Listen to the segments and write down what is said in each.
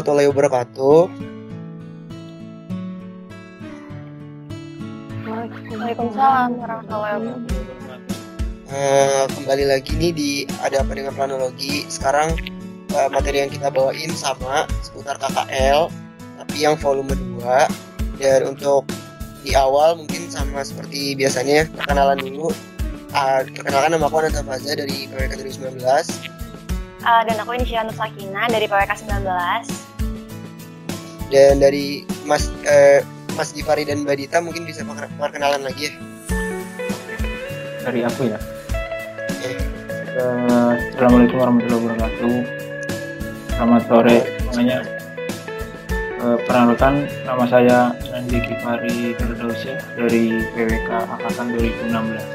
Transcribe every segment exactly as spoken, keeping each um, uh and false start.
warahmatullahi wabarakatuh. Waalaikumsalam warahmatullahi wabarakatuh. Uh, kembali lagi nih di Ada Apa Dengan Planologi. Sekarang uh, materi yang kita bawain sama seputar K K L, tapi yang volume dua. Dan untuk di awal mungkin sama seperti biasanya, perkenalan dulu. Uh, perkenalkan, nama aku Ananta Faza dari P W K dua ribu sembilan belas. Uh, dan aku Inisial Nur Sakina dari P W K sembilan belas. Dan dari Mas uh, Mas Gifari dan Mbak Dita mungkin bisa perkenalan lagi ya. Dari aku ya. Okay. Uh, Assalamualaikum warahmatullahi wabarakatuh. Selamat sore semuanya. Uh, perkenalkan, nama saya Nandi Gifari Firdausyah dari P W K Angkatan dua ribu enam belas.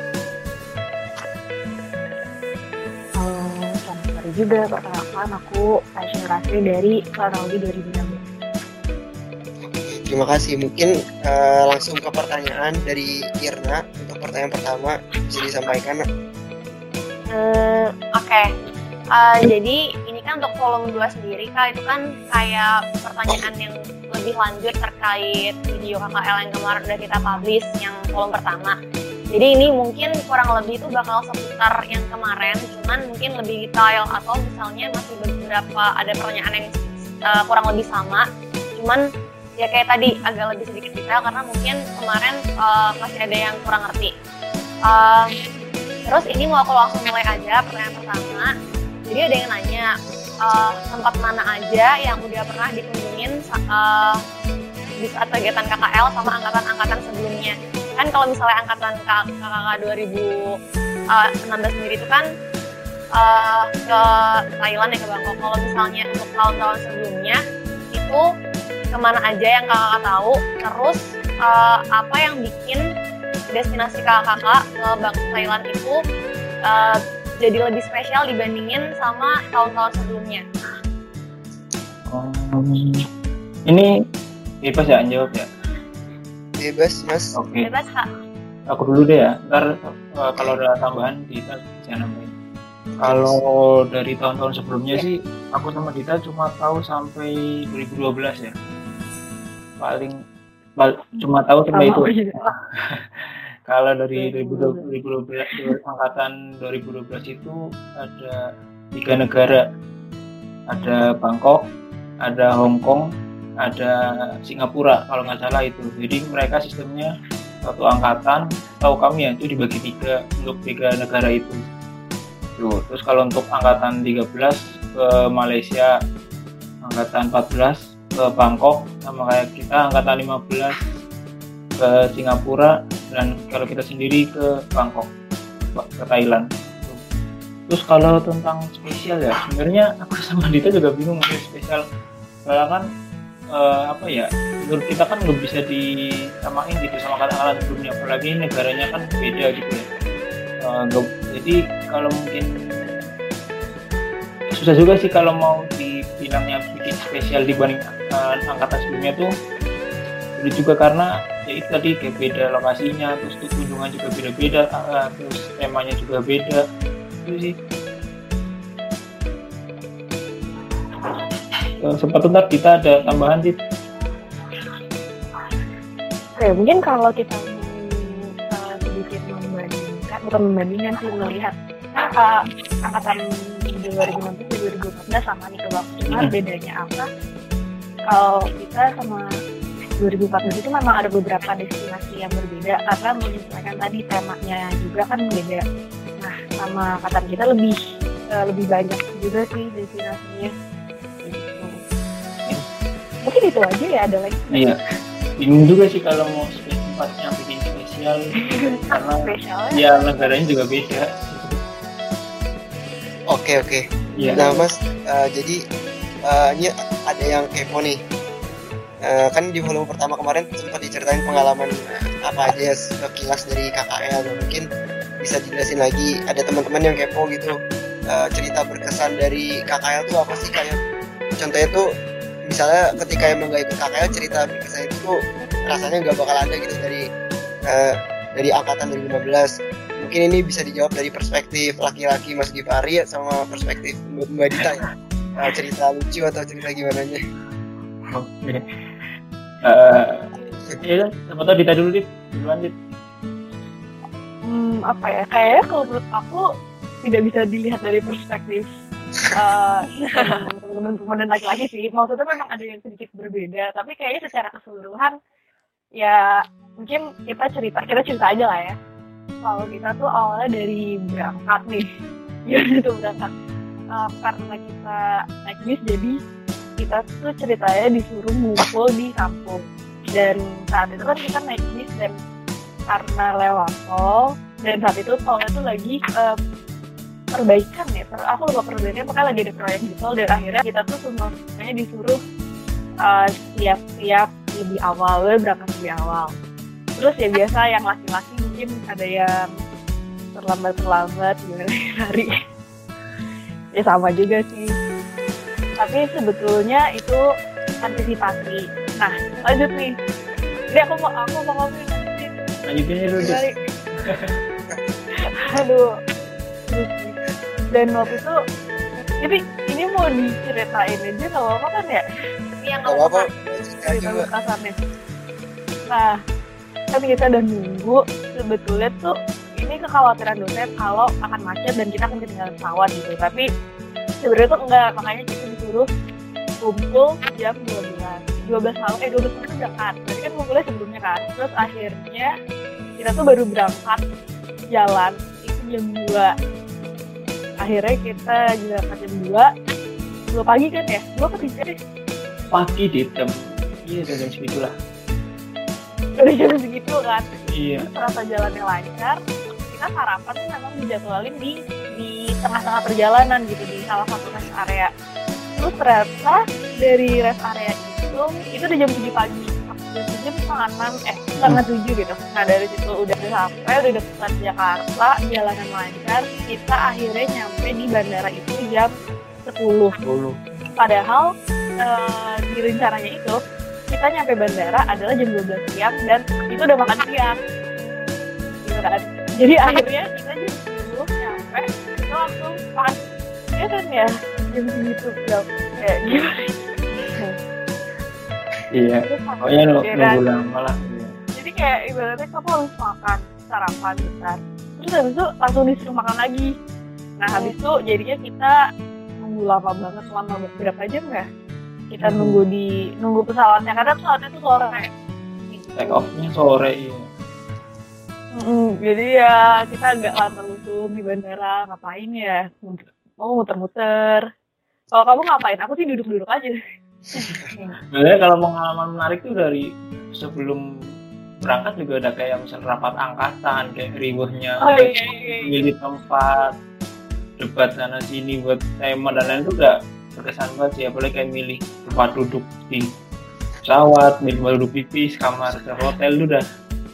Halo, selamat sore juga. Perkenalkan, aku Aisyah Rasri dari Planologi dua ribu enam belas. Terima kasih. Mungkin uh, langsung ke pertanyaan dari Irna. Untuk pertanyaan pertama bisa disampaikan. Hmm, Oke, okay. uh, jadi ini kan untuk volume dua sendiri Kak, itu kan kayak pertanyaan yang lebih lanjut terkait video K K L yang kemarin udah kita publish yang volume pertama. Jadi ini mungkin kurang lebih itu bakal seputar yang kemarin, cuman mungkin lebih detail atau misalnya masih beberapa ada pertanyaan yang uh, kurang lebih sama, cuman ya kayak tadi agak lebih sedikit detail karena mungkin kemarin uh, masih ada yang kurang ngerti. Uh, terus ini mau aku langsung mulai aja pertanyaan pertama. Jadi ada yang nanya uh, tempat mana aja yang udah pernah dikunjungin uh, di saat kegiatan K K L sama angkatan-angkatan sebelumnya. Kan kalau misalnya angkatan K K K dua ribu enam belas sendiri itu kan uh, ke Thailand ya, ke Bangkok. Kalau misalnya untuk tahun-tahun sebelumnya itu kemana aja yang kakak tahu, terus uh, apa yang bikin destinasi kakak ke Thailand itu uh, jadi lebih spesial dibandingin sama tahun-tahun sebelumnya? Um, ini bebas ya jawab ya? Bebas Mas. Oke. Okay. Bebas Kak. Aku dulu deh ya, ntar uh, kalau ada tambahan Dita bisa nambahin. Kalau dari tahun-tahun sebelumnya ya, sih aku sama Dita cuma tahu sampai dua ribu dua belas ya. Paling bal- cuma tahu cuma itu. Kalau dari dua ribu dua belas angkatan dua ribu dua belas itu ada tiga negara, ada Bangkok, ada Hong Kong, ada Singapura kalau nggak salah itu. Jadi mereka sistemnya satu angkatan, tahu kami ya itu dibagi tiga untuk tiga negara itu. Tuh. Terus kalau untuk angkatan tiga belas ke Malaysia, angkatan empat belas ke Bangkok, sama kayak kita angkatan lima belas ke Singapura, dan kalau kita sendiri ke Bangkok, ke Thailand. Terus kalau tentang spesial ya, sebenarnya aku sama Dita juga bingung ya spesial, karena kan eh, apa ya, menurut kita kan nggak bisa disamain gitu sama kata-kata sebelumnya, apalagi negaranya kan beda gitu ya. Eh, gak, jadi kalau mungkin susah juga sih kalau mau dibilangnya bikin spesial dibanding uh, angkatan sebelumnya tuh sulit juga, karena ya itu tadi kayak beda lokasinya, terus tuh kunjungan juga beda-beda, uh, terus temanya juga beda itu sih. Uh, sempat ntar kita ada tambahan sih. Oke, mungkin kalau kita uh, sedikit membandingkan, bukan membandingkan sih, melihat uh, angkatan dua ribu enam belas dua ribu empat belas sama nih ke waktu, cuma hmm. bedanya apa? Kalau kita sama dua ribu empat belas itu memang ada beberapa destinasi yang berbeda karena menyesuaikan tadi temanya juga kan beda. Nah, sama angkatan kita lebih uh, lebih banyak juga sih destinasinya. Gitu. Mungkin itu aja ya, ada lagi. Iya. Bingung juga sih kalau mau tempatnya bikin spesial karena ya negaranya juga beda. Oke oke. Yeah. Nah Mas, uh, jadi uh, ini ada yang kepo nih. Uh, kan di volume pertama kemarin sempat diceritain pengalaman uh, apa aja sekilas dari K K L. Dan mungkin bisa dijelasin lagi. Ada teman-teman yang kepo gitu, uh, cerita berkesan dari K K L tuh apa sih, kayak contohnya tuh misalnya ketika emang gak ikut K K L, cerita berkesan itu tuh rasanya gak bakal ada gitu dari uh, dari angkatan dua ribu enam belas. Mungkin ini bisa dijawab dari perspektif laki-laki Mas Gifari sama perspektif Mbak Dita ya. Uh, cerita lucu atau cerita gimana nya? Oke. Eh, ya, sama tau Dita dulu, Dit. Duluan, Dit. Hmm, apa ya? Kayaknya kalau menurut aku tidak bisa dilihat dari perspektif uh, teman-teman dan laki-laki sih. Maksudnya memang ada yang sedikit berbeda, tapi kayaknya secara keseluruhan ya mungkin kita cerita, kita cerita aja lah ya. Kalau kita tuh awalnya dari berangkat nih, ya itu berangkat uh, karena kita naik bis, jadi kita tuh ceritanya disuruh ngumpul di kampung. Dan saat itu kan kita naik bis dan karena lewat tol, dan saat itu tolnya tuh lagi uh, perbaikan ya, per, aku lupa perbaikan, makanya lagi ada proyek di tol, dan akhirnya kita tuh semuanya disuruh uh, siap-siap lebih awal, berangkat lebih awal. Terus ya biasa yang laki-laki mungkin ada yang terlambat-terlambat gimana hari. Ya sama juga sih. Tapi sebetulnya itu antisipasi. Nah, lanjut nih. Jadi aku mau aku mau ngomongin lanjutin. Lanjutin dulu, Dit. Aduh. Dan waktu itu, jadi ini mau diceritain aja nggak apa-apa kan ya? Iya Gak nggak apa-apa, apa-apa. cerita juga. Kasarnya. Nah, kan kita udah nunggu, sebetulnya tuh ini kekhawatiran dosen kalau akan macet dan kita akan ketinggalan pesawat gitu. Tapi sebenarnya tuh enggak, makanya kita disuruh kumpul jam dua belas. dua belas malam, eh dua belas malam berangkat. Berarti kan kumpulnya sebelumnya kan. Terus akhirnya kita tuh baru berangkat jalan itu jam dua. Akhirnya kita berangkat jam dua. dua pagi kan ya? dua ke tiga deh. Pagi, Dit. Jam, iya, jam segitulah. Udah jam segitu kan. Iya. Terasa jalannya lancar, kita sarapan tuh memang dijadwalin di di tengah-tengah perjalanan gitu, di salah satu rest area. Terus ternyata dari rest area itu itu udah jam tujuh pagi, jam tujuh setengah enam, eh setengah tujuh gitu. Nah dari situ udah sampai, udah dekat Jakarta, jalanan lancar, kita akhirnya nyampe di bandara itu jam sepuluh. Dulu. Padahal eh, di rencananya itu kita nyampe bandara adalah jam dua belas siang dan itu udah makan siang. Gitu kan. Jadi akhirnya kita jam sepuluh nyampe, kita langsung makan. Ya kan ya, jam segitu ya. Kayak gimana? Iya. Pokoknya lu Ya kan? nunggu lama lah. Iya. Jadi kayak ibaratnya kamu harus makan sarapan besar. Terus habis itu langsung disuruh makan lagi. Nah habis itu jadinya kita nunggu lama banget, lama berapa jam ya? Kita Hmm. nunggu di nunggu pesawatnya, karena pesawatnya tuh sore. Take off-nya sore, iya. Mm, jadi ya kita agak lama lusuh di bandara, ngapain ya? Mau muter-muter. Kalau kamu ngapain? Aku sih duduk-duduk aja. Sebenarnya kalau pengalaman menarik tuh dari sebelum berangkat juga ada kayak misal rapat angkatan, kayak riwahnya, Oh iya, iya, iya. milih tempat, debat sana sini buat tema dan lain itu udah berkesan banget sih. Apalagi kayak milih tempat duduk di pesawat, milih tempat duduk pipis, kamar ke hotel itu udah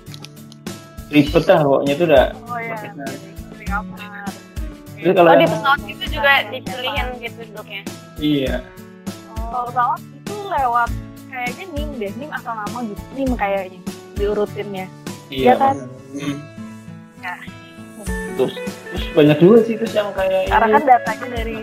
ribet lah pokoknya itu udah Oh iya, berkesan. di kamar. Jadi kalau Oh di yang- pesawat itu juga dipilihin gitu duduknya. iya, Kalau pesawat itu lewat kayaknya nim deh, nim asal nama gitu, nim kayaknya diurutinnya. iya Iya kan? Hmm. Ya. Terus terus banyak juga sih terus yang kayak Karena ini, kan datanya dari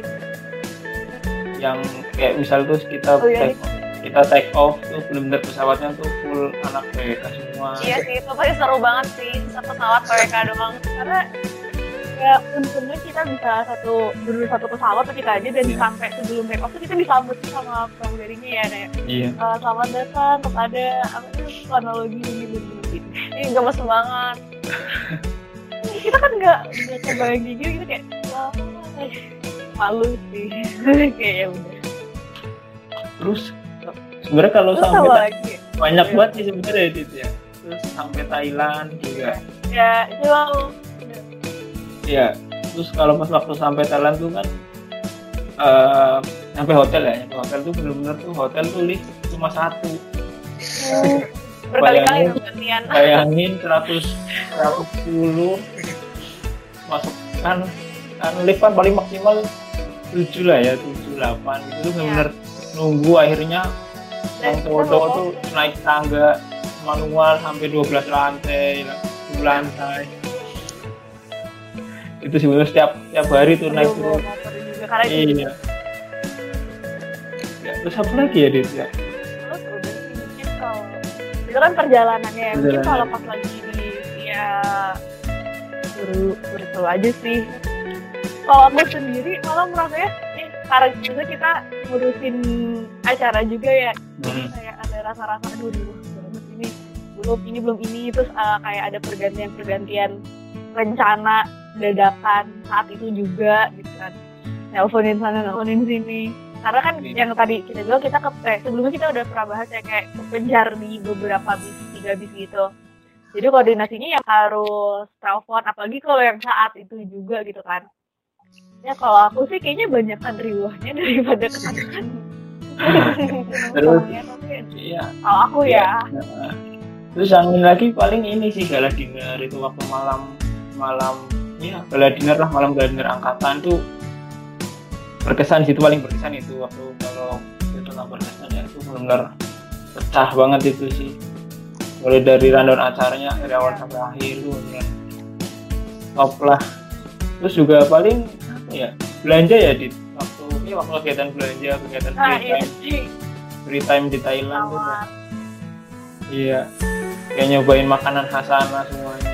yang kayak misal terus kita Oh iya, take, kita take off tuh benar-benar pesawatnya tuh full anak B K semua. Iya sih itu pasti seru banget sih satu pesawat P W K doang. karena ya untungnya kita bisa satu duduk satu pesawat tuh kita aja, dan Iya. sampai sebelum take off tuh kita disambut sama pramugarinya ya, kayak Iya. "Eh, selamat datang kepada apa sih kronologi ini begini." Ini gemes banget. Kita kan nggak nggak kebayang gitu, gitu kayak wah, malu sih. Kayak ya udah. Terus sebenarnya kalau Terus sampai apa Ta- lagi? banyak Iya. banget sih sebenarnya itu ya. Terus sampai Thailand juga. Ya itu Iya. Terus kalau pas waktu sampai Thailand tuh kan eh sampai hotel ya, sampai hotel tuh bener-bener tuh hotel tuh lift cuma satu. Berkali-kali Bayangin. tuh gantian. Bayangin seratus seratus sepuluh masuk kan kan lift kan paling maksimal tujuh lah ya, tujuh delapan gitu tuh bener-bener nunggu akhirnya yang cowok tuh naik tangga manual sampai dua belas lantai, sepuluh lantai. Itu sebenarnya setiap setiap hari tuh naik turun. juga karena itu Iya. Ya, terus apa lagi ya Dit ya? itu kan perjalanannya ya. Mungkin Perjalanan. kalau pas lagi di ya seru seru aja sih. Kalau aku sendiri malah merasanya eh, karena juga kita ngurusin acara juga ya, Hmm. kayak ada rasa-rasa aduh aduh banget ini belum ini belum ini terus uh, kayak ada pergantian-pergantian rencana dadakan saat itu juga gitu kan, nelponin sana nelponin sini karena kan Iya. yang tadi kita bilang kita ke eh, sebelumnya kita udah pernah bahas ya kayak kepenjar di beberapa bis tiga bis gitu, jadi koordinasinya yang harus telepon apalagi kalau yang saat itu juga gitu kan. Ya kalau aku sih kayaknya banyakan riuhnya daripada kesenangan. Terus, Tapi iya. kalau aku ya, Nah, terus yang ini lagi paling ini sih gala dinner itu waktu malam malam ya gala dinner lah malam gala dinner angkatan tuh berkesan sih, itu paling berkesan itu waktu kalau itu nggak berkesan ya itu benar-benar pecah banget itu sih, mulai dari rundown acaranya dari awal sampai akhir tuh benar top lah. Terus juga paling apa ya belanja ya di waktu ini waktu kegiatan belanja kegiatan nah free iya time sih. free time di Thailand tuh. Tawar. Iya, kayak nyobain makanan khasana semuanya.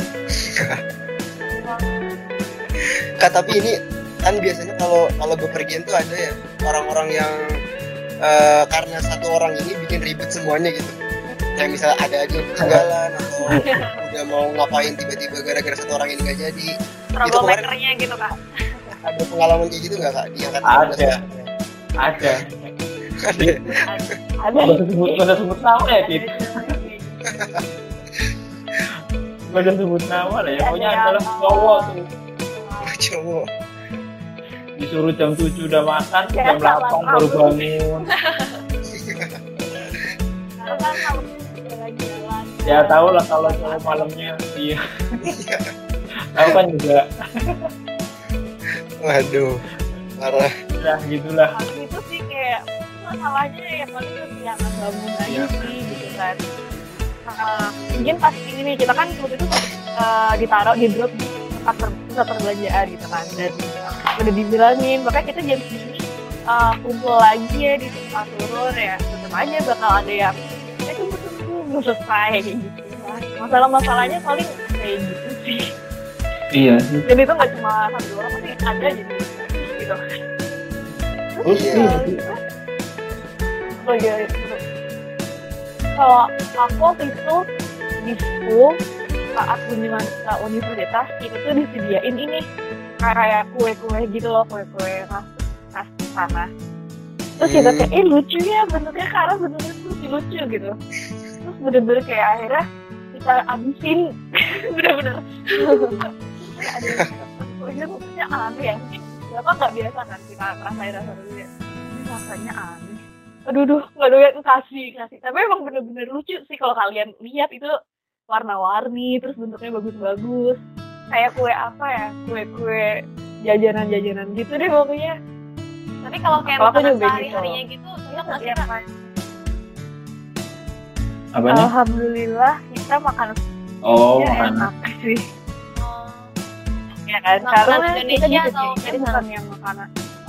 Kak, tapi ini kan biasanya kalau kalau bepergian tuh ada ya orang-orang yang eh, karena satu orang ini bikin ribet semuanya gitu. Kayak misalnya ada aja yang ketinggalan atau udah mau ngapain tiba-tiba gara-gara satu orang ini nggak jadi. troublemaker-nya gitu kak. Ada pengalaman kayak gitu nggak kak di angkatan Ada. dua belas? Ada. Ada. Ada Gak usah sebut, gak usah sebut nama ya, Dit. Gak usah sebut nama lah ya. Pokoknya adalah cowok tuh. Cowok. Disuruh jam tujuh udah makan, Ya, jam delapan baru bangun. Karena kan kalau kita lagi jalan. Ya tau lah kalau cowok malamnya. Iya. Tahu kan juga. Waduh, parah. Ya gitulah. Kalau itu sih kayak masalahnya ya paling kesiangan bangun aja Iya. sih gitu kan. Nah, mungkin pas ini nih kita kan waktu itu uh, ditaruh di drop di tempat per- pusat perbelanjaan gitu kan, dan udah dibilangin makanya kita jam segini uh, kumpul lagi ya di tempat turun ya, tetap aja bakal ada yang eh tunggu tunggu belum selesai kayak gitu. Nah, masalah-masalahnya paling kayak gitu sih. Iya. Dan itu nggak cuma satu dua orang, tapi ada jadi gitu. Terus Iya. iya. Oh iya, itu. Kalau aku waktu itu di school saat kunjungan ke universitas itu tuh disediain ini kayak kue-kue gitu loh, kue-kue khas khas sana. Terus kita kayak eh lucu ya bentuknya, karena bentuknya tuh lucu gitu. Terus bener-bener kayak akhirnya kita abisin bener-bener. Ada kuenya bentuknya aneh ya, mungkin berapa nggak biasa kan kita ngerasain rasa dulu ya. Ini rasanya aneh. Aduh, duh, nggak doyan kasih, kasih. Tapi emang bener-bener lucu sih kalau kalian lihat itu warna-warni, terus bentuknya bagus-bagus. Kayak kue apa ya, kue-kue jajanan-jajanan gitu deh pokoknya. Tapi kalau kayak Kalau aku makanan juga sehari-harinya gitu, cocok nggak sih kak? Apanya? Alhamdulillah kita makan Oh, ya, makanan. enak sih. Oh, Ya kan, Makanan karena Indonesia kita atau jadi Vietnam? bukan yang makanan.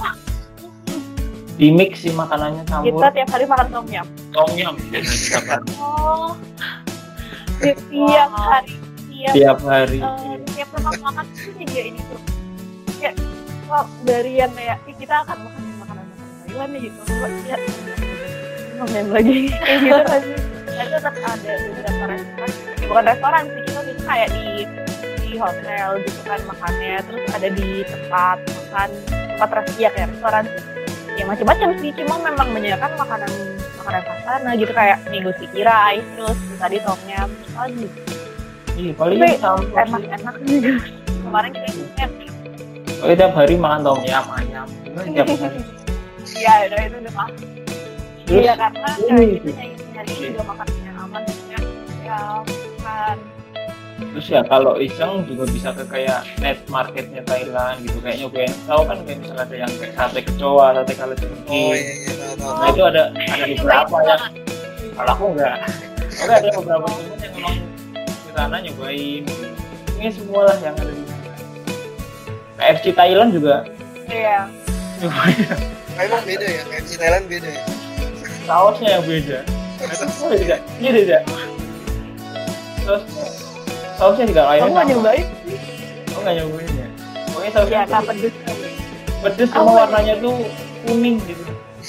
Di mix sih makanannya Kita campur. tiap hari makan tom yum. Tom yum biasanya kita kan. oh, Tiap Wow. hari, tiap Tiap hari. eh, tiap tempat makan itu dia ini tuh. Kayak wah, dari yang kayak "Ih, kita akan makan makanan makanan Thailand ya gitu. Wah, ya. Ngomong lagi kayak gitu kan sih. Dan tetap ada beberapa restoran, ya, bukan restoran sih, kita itu kayak di di hotel gitu kan makannya, terus ada di tempat makan tempat res- ya kayak restoran sih. Ya macam-macam sih, cuma memang menyediakan makanan makanan khas sana gitu kayak minggu sticky rice, terus tadi tom yum, terus lagi. Iya, paling Tapi campur. enak-enak juga. Kemarin kita ingat, Oh, tiap hari makan tom yum ayam. Cuma tiap hari. ya udah itu udah pasti. Terus Iya karena ini kayak gitu sih. nyari nyari juga makan yang aman ya. Ya kan. Terus ya kalau iseng juga bisa ke kayak net marketnya Thailand gitu, kayak nyobain. Tahu kan kayak misalnya ada yang kayak sate kecoa, sate kalajengking. Oh iya iya tahu tahu. Nah itu ada ada beberapa ya. Kalau aku enggak. Oke, ada beberapa temen yang memang ke sana nyobain. Gitu. Ini semua lah yang ada di sana. K F C Thailand juga Iya. nyobain. Memang beda ya, K F C Thailand beda ya. Sausnya yang beda. Oh tidak, iya tidak. Terus sausnya juga kayaknya Kamu nggak sama. nyobain sih? Oh nggak nyobain ya? Pokoknya sausnya Ya, tuh tak pedes. pedes Aku sama nggak warnanya tuh kuning gitu.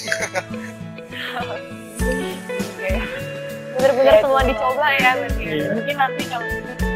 Oke. Bener-bener Ya, semua itu. dicoba ya berarti. Iya. Mungkin nanti kalau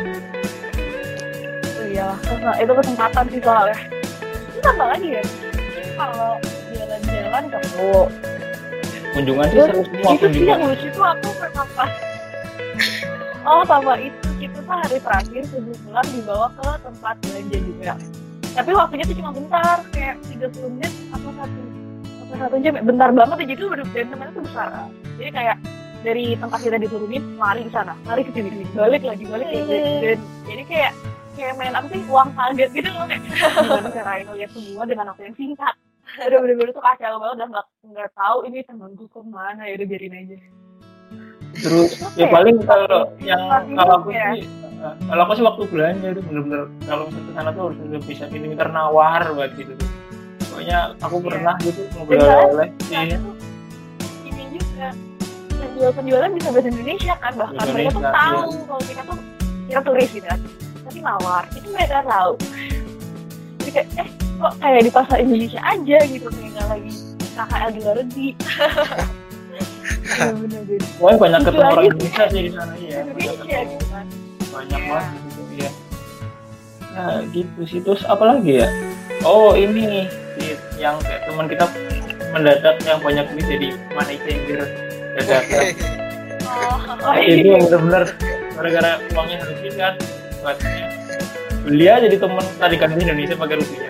iya, itu kesempatan sih soalnya. Itu apa lagi ya? Kalau jalan-jalan kamu Kunjungan sih terus seru semua itu sih yang kunjungan. lucu tuh aku pernah pas oh sama itu kita tuh hari terakhir sebelum pulang dibawa ke tempat belanja juga, tapi waktunya tuh cuma bentar kayak tiga puluh menit atau satu atau satu jam, bentar banget aja. Itu bener-bener temennya tuh besar, jadi kayak dari tempat kita diturunin lari ke sana, lari ke sini, balik lagi, balik lagi, dan jadi kayak kayak main apa sih, uang kaget gitu loh, kayak gimana caranya ngeliat semua dengan waktu yang singkat. Udah bener-bener tuh kacau banget, udah nggak nggak tahu ini temanku kemana, ya udah biarin aja. Terus Apa ya ya? paling kalau yang Pasti kalau aku ya. sih eh, kalau aku sih waktu belanja itu bener-bener kalau ke sana tuh harus udah bisa pinter-pinter nawar buat gitu tuh. Pokoknya aku Iya. pernah gitu ngobrol Beneran? oleh Nah, iya. itu ini juga penjual-penjualan bisa bahasa Indonesia kan, bahkan Bahasa mereka tuh Indonesia, tahu kalau kita tuh kita turis gitu kan, tapi nawar itu mereka tahu. Jadi kayak eh kok kayak di pasar Indonesia aja gitu, kayak nggak lagi K K L di luar negeri. Bener-bener deh. Pokoknya banyak Itu ketemu orang aja. Indonesia sih di sana ya. Banyak Indonesia ketemu gitu kan. banyak Iya. banget gitu ya. Nah gitu sih, terus apa lagi ya? Oh ini Dit, yang kayak teman kita mendadak yang banyak duit jadi money changer dadakan. Oh, Oh, Itu iya. bener-bener gara-gara uangnya habis kan, buatnya beli aja di temen tadi kan di Indonesia pakai rupiah.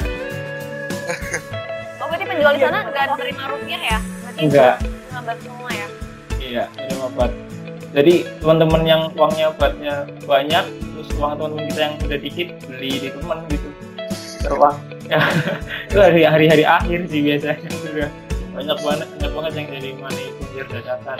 oh berarti penjual di sana nggak terima rupiah ya? Berarti Enggak. cuma bantu semua ya? Iya, ini buat. Jadi teman-teman yang uangnya buatnya banyak, terus uang teman-teman kita yang udah dikit beli di teman gitu. Terus ya itu hari hari-hari akhir sih biasanya sudah banyak banget banyak banget yang jadi money changer dadakan.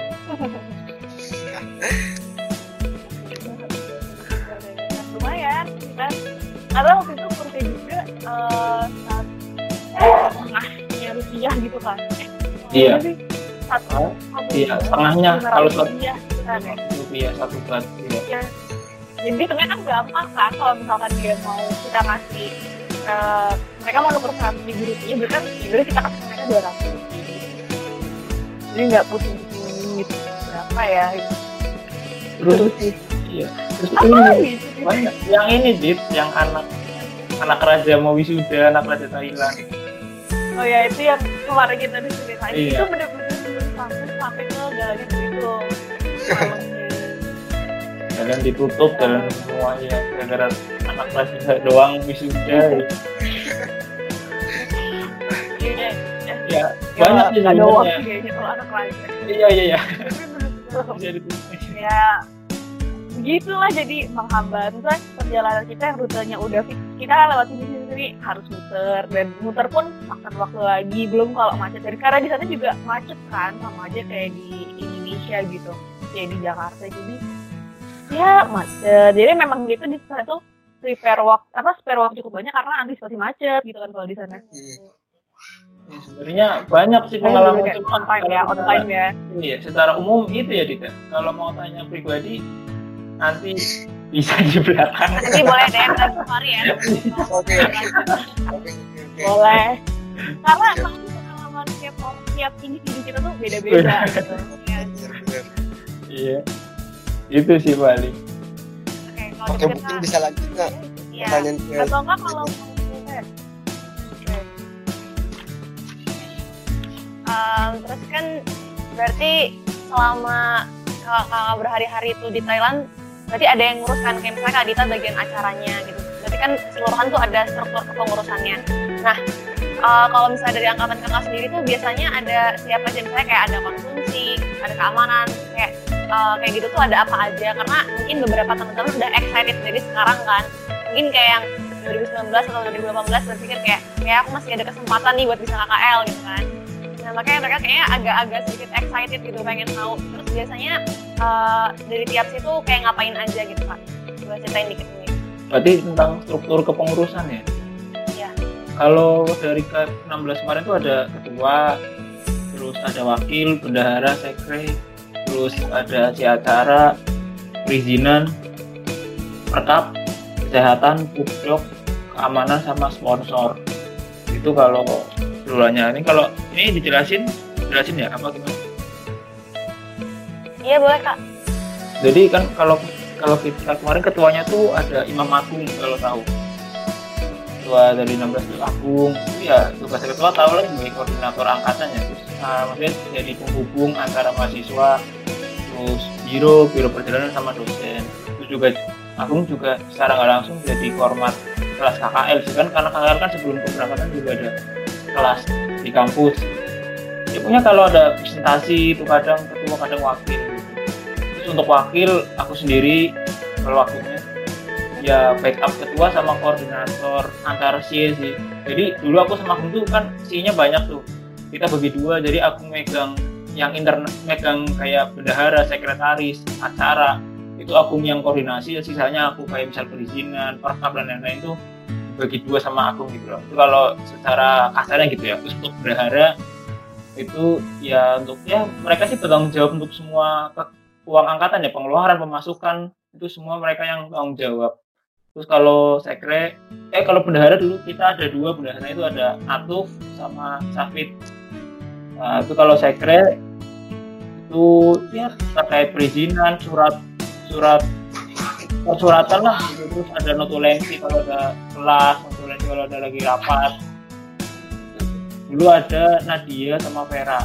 Lumayan kan, karena waktu itu kursi juga eh, saat setengahnya rupiah gitu kan. Iya. Satu, Ah, satu iya, setengahnya kalau satu rupiah gitu kan ya. rupiah satu buat iya. Ya. Jadi sebenarnya kan gampang kan kalau misalkan dia mau kita ngasih eh, mereka mau nuker seratus ribu rupiah, berarti kan berarti kita kasih mereka dua ratus rupiah. Jadi nggak pusing-pusing gitu berapa ya? Gitu. Terus sih. iya. Terus Apa ini lagi? banyak yang ini Dit, yang anak anak raja mau wisuda, anak raja Thailand. Oh ya itu yang kemarin kita diceritain, Iya. itu bener-bener sebelum sampai sampai ke galeri itu malamnya. Jalan ditutup, jalan semuanya gara-gara anak raja doang wisuda. Iya, Ya, banyak sih ada waktu sebenarnya. kayaknya kalau anak lain. Iya iya iya. Bener-bener. Jadi tutup. Ya begitulah, jadi menghambat kan perjalanan kita yang rutenya udah fix, kita lewat sini sendiri harus muter, dan muter pun makan waktu lagi, belum kalau macet. Dan karena di sana juga macet kan, sama aja kayak di Indonesia gitu, kayak di Jakarta. Jadi ya macet, jadi memang gitu di sana tuh prepare waktu apa spare waktu cukup banyak karena antisipasi macet gitu kan kalau di sana. Ya, sebenarnya banyak sih Saya pengalaman juga cuma on time ya, on time ya. Iya, secara umum itu ya Dita. Kalau mau tanya pribadi nanti bisa di belakang. Nanti boleh D M lagi kemarin ya. Oke. Oke. Oke. Boleh. Karena emang pengalaman tiap tiap individu kita tuh beda-beda gitu. Ya. Benar-benar. Iya. Itu sih paling. Oke, kalau Oke, kita mungkin bisa lanjut nggak iya. pertanyaan ke Atau enggak kalau mau eh, oke. Um, terus kan berarti selama kakak berhari-hari itu di Thailand, berarti ada yang ngurus kan, kayak misalnya Kak Dita bagian acaranya gitu. Berarti kan keseluruhan tuh ada struktur kepengurusannya. Nah, uh, kalau misalnya dari angkatan kakak sendiri tuh biasanya ada siapa aja, misalnya kayak ada konsumsi, ada keamanan, kayak uh, kayak gitu tuh ada apa aja? Karena mungkin beberapa teman-teman udah excited dari sekarang kan. Mungkin kayak yang dua ribu sembilan belas atau dua ribu delapan belas berpikir kayak, kayak aku masih ada kesempatan nih buat bisa K K L gitu kan. Nah, makanya mereka kayaknya agak-agak sedikit excited gitu, pengen tahu. Terus biasanya uh, dari tiap situ kayak ngapain aja gitu Kak? Coba ceritain dikit nih. Berarti tentang struktur kepengurusan ya. Iya. Kalau dari ke enam belas kemarin tuh ada ketua, terus ada wakil, bendahara, sekre, terus terus ada si acara, perizinan, perkap, kesehatan, pupdok, keamanan sama sponsor. Itu kalau duluannya. Ini kalau ini dijelasin, jelasin ya apa gimana? Iya boleh kak. Jadi kan kalau kalau kita kemarin ketuanya tuh ada Imam Agung kalau tahu. Ketua dari enam belas Agung itu ya tugas ketua tahu lah sebagai koordinator angkatan ya, terus uh, maksudnya jadi penghubung antara mahasiswa, terus biro biro perjalanan sama dosen. Itu juga Agung juga secara nggak langsung jadi kormat kelas K K L sih kan, karena K K L kan sebelum keberangkatan juga ada kelas di kampus. Ya punya kalau ada presentasi itu kadang ketua kadang wakil. Terus untuk wakil aku sendiri kalau wakilnya ya backup ketua sama koordinator antar C sih. Jadi dulu aku sama Agung tuh kan C-nya banyak tuh. Kita bagi dua, jadi aku megang yang internet, megang kayak bendahara, sekretaris, acara. Itu Agung yang koordinasi, sisanya aku kayak misal perizinan, perkap dan lain-lain itu bagi dua sama Agung gitu loh. Itu kalau secara kasarnya gitu ya. Terus untuk bendahara itu ya untuk ya mereka sih bertanggung jawab untuk semua uang angkatan ya, pengeluaran, pemasukan itu semua mereka yang tanggung jawab. Terus kalau sekre, eh kalau bendahara dulu kita ada dua bendahara, itu ada Atuf sama Safid. Nah, itu kalau sekre itu ya terkait perizinan, surat surat persuratan lah gitu. Terus ada notulensi kalau ada kelas, notulensi kalau ada lagi rapat. Dulu ada Nadia sama Vera.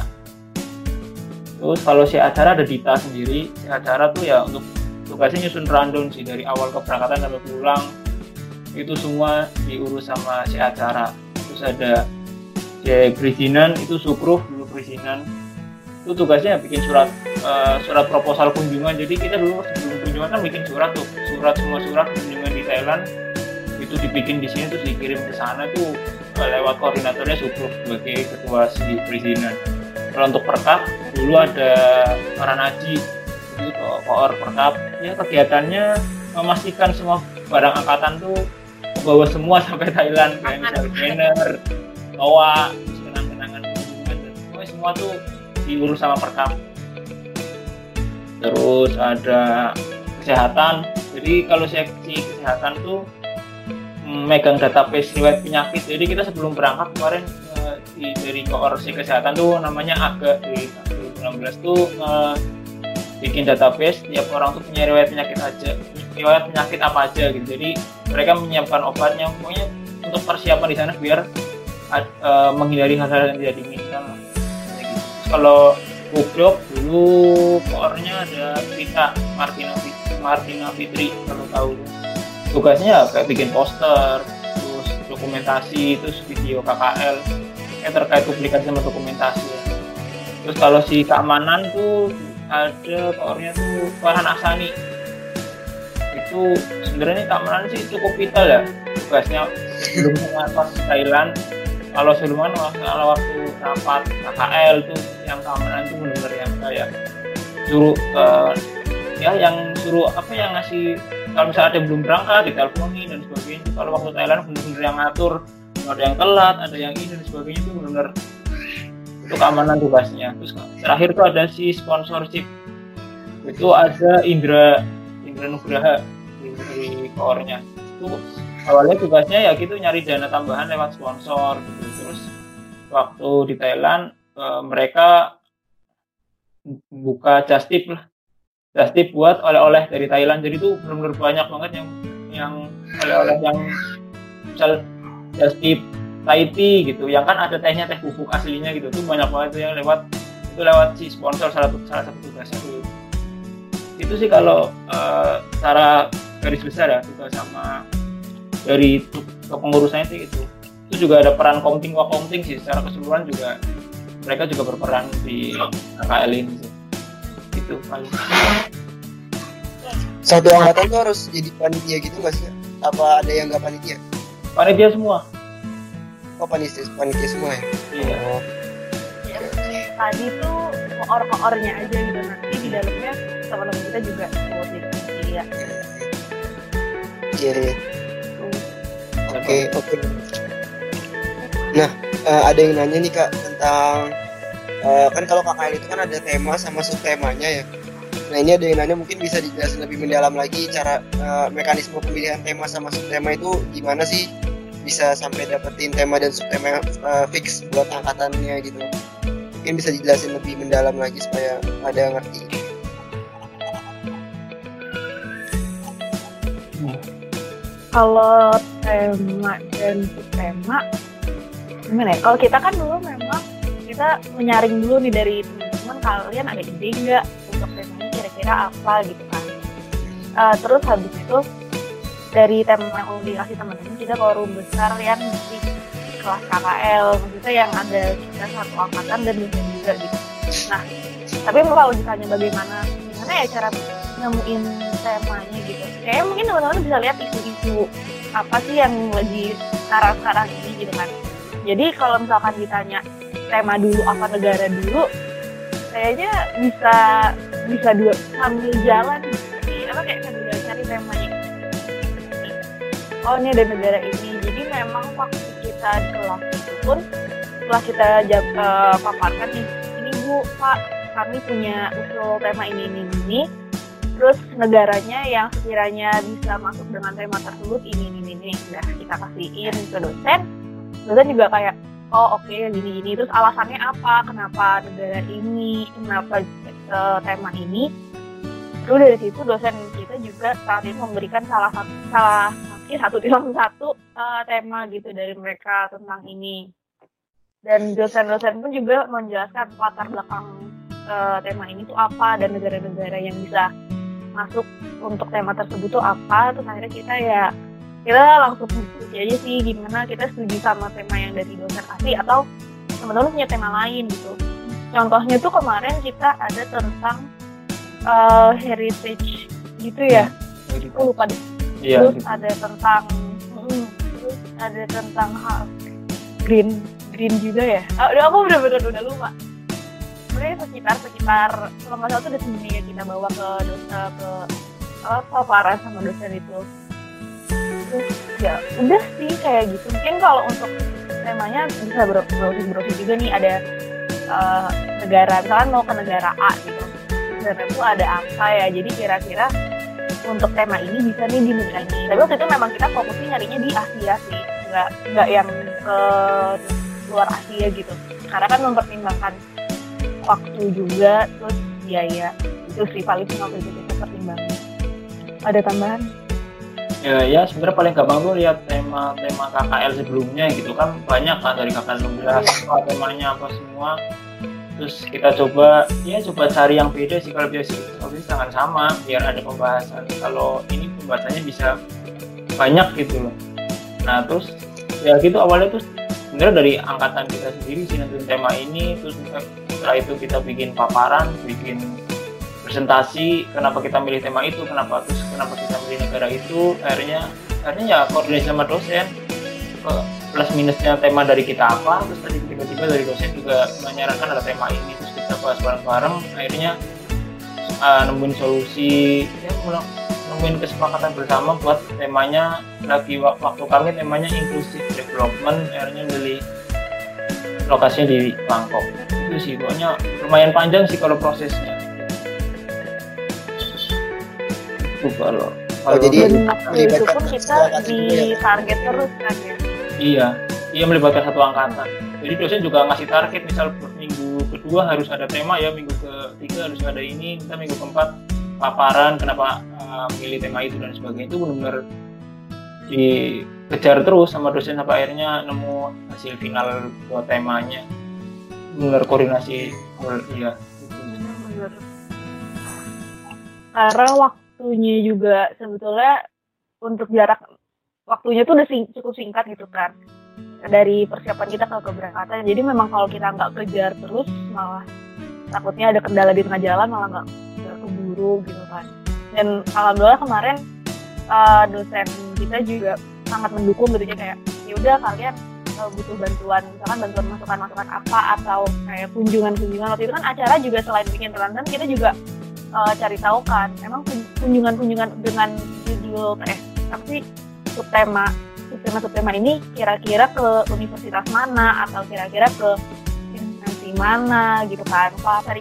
Terus kalau si acara ada Dita sendiri. Si acara tuh ya untuk tugasnya nyusun rundown sih dari awal keberangkatan sampai pulang. Itu semua diurus sama si acara. Terus ada si perizinan itu Sukruf dulu perizinan. Itu tugasnya bikin surat uh, surat proposal kunjungan. Jadi kita dulu sebelum kunjungan kan bikin surat tuh, surat semua surat kunjungan di Thailand itu dibikin di sini terus dikirim ke sana tuh uh, lewat koordinatornya Sukruf sebagai ketua si perizinan. Kalau untuk perkap dulu ada Karanaji itu koor perkap, ya kegiatannya memastikan semua barang angkatan tuh bawa semua sampai Thailand, kayak misalnya banner, toa, kenang-kenangan kunjungan dan semua, semua tuh diurus sama perkap. Terus ada kesehatan, jadi kalau seksi kesehatan tuh megang database riwayat penyakit. Jadi kita sebelum berangkat kemarin eh, di, dari koor kesehatan tuh namanya A G A di dua ribu enam belas tuh eh, bikin database tiap orang tuh punya riwayat penyakit aja, riwayat penyakit apa aja gitu. Jadi mereka menyiapkan obatnya, pokoknya untuk persiapan di sana biar uh, menghindari hal-hal yang tidak diinginkan. Gitu. Kalau Pupdok dulu koornya ada Vita Martina Martina Fitri kalau tahu. Tugasnya kayak bikin poster, terus dokumentasi, terus video K K L yang terkait publikasi sama dokumentasi. Terus kalau si keamanan tuh ada koornya tuh Farhan Ahsani. Itu sebenarnya keamanan sih cukup vital ya tugasnya sebelum pas Thailand. Kalau sebelumnya kalau waktu rapat K K L tuh yang keamanan tuh benar-benar yang kayak suruh uh, ya yang suruh apa yang ngasih kalau misalnya ada yang belum berangkat diteleponi dan sebagainya. Kalau waktu Thailand benar-benar yang ngatur, ada yang telat, ada yang ini dan sebagainya itu benar-benar itu keamanan tugasnya. Terus terakhir tuh ada si sponsorship, itu ada Indra Indra Nugraha di koornya. Itu awalnya tugasnya ya gitu nyari dana tambahan lewat sponsor gitu. Terus waktu di Thailand eh, mereka buka just tip lah, just tip buat oleh-oleh dari Thailand. Jadi tuh benar-benar banyak banget yang yang oleh-oleh yang misal just tip Thai tea gitu, yang kan ada tehnya teh bubuk aslinya gitu, tuh banyak banget yang lewat itu lewat si sponsor salah satu salah satu tugasnya tuh. Itu sih kalau uh, secara garis besar ya juga sama dari kepengurusannya sih itu. Itu juga ada peran komting wakomting sih secara keseluruhan juga mereka juga berperan di K K L ini sih. Itu paling. Satu angkatan tuh harus jadi panitia gitu nggak sih? Apa ada yang nggak panitia? Panitia semua. Oh panitia, panitia semua ya? Iya. Oh. Tadi tuh koor-koornya aja gitu, nanti di dalamnya teman-teman kita juga buat panitia. Iya. Oke oke. Nah uh, ada yang nanya nih Kak tentang Uh, kan kalau K K L itu kan ada tema sama subtemanya ya. Nah ini ada yang nanya, mungkin bisa dijelasin lebih mendalam lagi cara uh, mekanisme pemilihan tema sama subtema itu gimana sih bisa sampai dapetin tema dan subtema uh, fix buat angkatannya gitu. Mungkin bisa dijelasin lebih mendalam lagi supaya ada ngerti. Kalau tema dan subtema gimana ya? Kalau kita kan dulu memang kita menyaring dulu nih dari teman-teman, kalian ada ide nggak untuk temanya kira-kira apa gitu kan. Uh, terus habis itu dari tema yang udah dikasih teman-teman, kita forum besar yang di kelas K K L, maksudnya yang ada kita satu angkatan dan dosen juga gitu. Nah, tapi kalau ditanya bagaimana gimana ya cara nemuin temanya gitu, kayaknya mungkin teman-teman bisa lihat isu-isu apa sih yang lagi sekarang-sekarang ini gitu kan. Jadi kalau misalkan ditanya tema dulu apa negara dulu, kayaknya bisa bisa dua sambil jalan gitu, apa kayak sambil cari temanya. Oh ini ada negara ini, jadi memang waktu kita di kelas itu pun setelah kita jab, uh, paparkan nih, ini Bu, Pak, kami punya usul tema ini ini ini, terus negaranya yang sekiranya bisa masuk dengan tema tersebut ini ini ini, udah kita kasihin ke dosen, dosen juga kayak oh oke okay, gini gini, terus alasannya apa, kenapa negara ini, kenapa uh, tema ini. Terus dari situ dosen kita juga saat ini memberikan salah satu salah satu tilang satu uh, tema gitu dari mereka tentang ini. Dan dosen-dosen pun juga menjelaskan latar belakang uh, tema ini tuh apa dan negara-negara yang bisa masuk untuk tema tersebut tuh apa. Terus akhirnya kita ya kita langsung diskusi aja sih gimana kita setuju sama tema yang dari dosen kasih atau teman-teman punya tema lain gitu. Contohnya tuh kemarin kita ada tentang Uh, heritage gitu ya, aku lupa deh. Iya, terus gitu. ada tentang, hmm, terus ada tentang hal green, green juga ya. Oh, aku bener-bener udah lupa. Sebenarnya sekitar sekitar kalau nggak salah tuh ada sendiri ya kita bawa ke dosen ke apa paparan sama dosen itu. Terus ya udah sih kayak gitu. Mungkin kalau untuk temanya bisa browsing-browsing juga nih, ada uh, negara, misalkan mau ke negara A gitu. Sebenarnya itu ada apa ya, jadi kira-kira untuk tema ini bisa nih di negara ini. Tapi waktu itu memang kita fokusnya nyarinya di Asia sih, nggak nggak yang ke luar Asia gitu, karena kan mempertimbangkan waktu juga, terus biaya itu sih paling waktu itu kita pertimbangkan. Ada tambahan? Ya, ya sebenarnya paling gampang tuh lihat tema-tema K K L sebelumnya gitu kan, banyak kan dari K K L enam belas, apa temanya apa semua. Terus kita coba, ya coba cari yang beda sih, kalau biasa kalau biasa jangan sama, biar ada pembahasan. Kalau ini pembahasannya bisa banyak gitu loh. Nah terus ya gitu awalnya tuh sebenarnya dari angkatan kita sendiri sih nentuin tema ini. Terus setelah itu kita bikin paparan, bikin presentasi kenapa kita milih tema itu, kenapa terus kenapa kita milih negara itu. Akhirnya akhirnya ya koordinasi sama dosen, plus minusnya tema dari kita apa, terus tadi tiba-tiba dari dosen juga menyarankan ada tema ini, terus kita bahas bareng-bareng, akhirnya uh, nemuin solusi, ya nemuin kesepakatan bersama buat temanya. Lagi waktu kami temanya inclusive development, akhirnya milih lokasinya di Bangkok. Itu sih pokoknya lumayan panjang sih kalau prosesnya. Itu kalau Oh, jadi itu pun kita di target terus kan ya. Iya, iya melibatkan satu angkatan. Jadi dosen juga ngasih target, misal minggu kedua harus ada tema ya, minggu ketiga harus ada ini, kita minggu keempat paparan kenapa uh, milih tema itu dan sebagainya. Itu benar-benar dikejar terus sama dosen sampai akhirnya nemu hasil final buat temanya. Benar koordinasi, iya. Benar. Karena waktunya juga sebetulnya untuk jarak waktunya tuh udah sing, cukup singkat gitu kan dari persiapan kita ke keberangkatan. Jadi memang kalau kita nggak kejar terus malah takutnya ada kendala di tengah jalan, malah nggak keburu gitu kan. Dan alhamdulillah kemarin uh, dosen kita juga sangat mendukung gitu ya, kayak ya udah kalian uh, butuh bantuan, misalkan bantuan masukan-masukan apa atau kayak kunjungan-kunjungan. Waktu itu kan acara juga selain bikin London, kita juga uh, cari tahu kan emang kunjungan-kunjungan dengan judul eh apa sih subtema subtema subtema ini kira-kira ke universitas mana atau kira-kira ke instansi dari mana gitu kan, kalau cari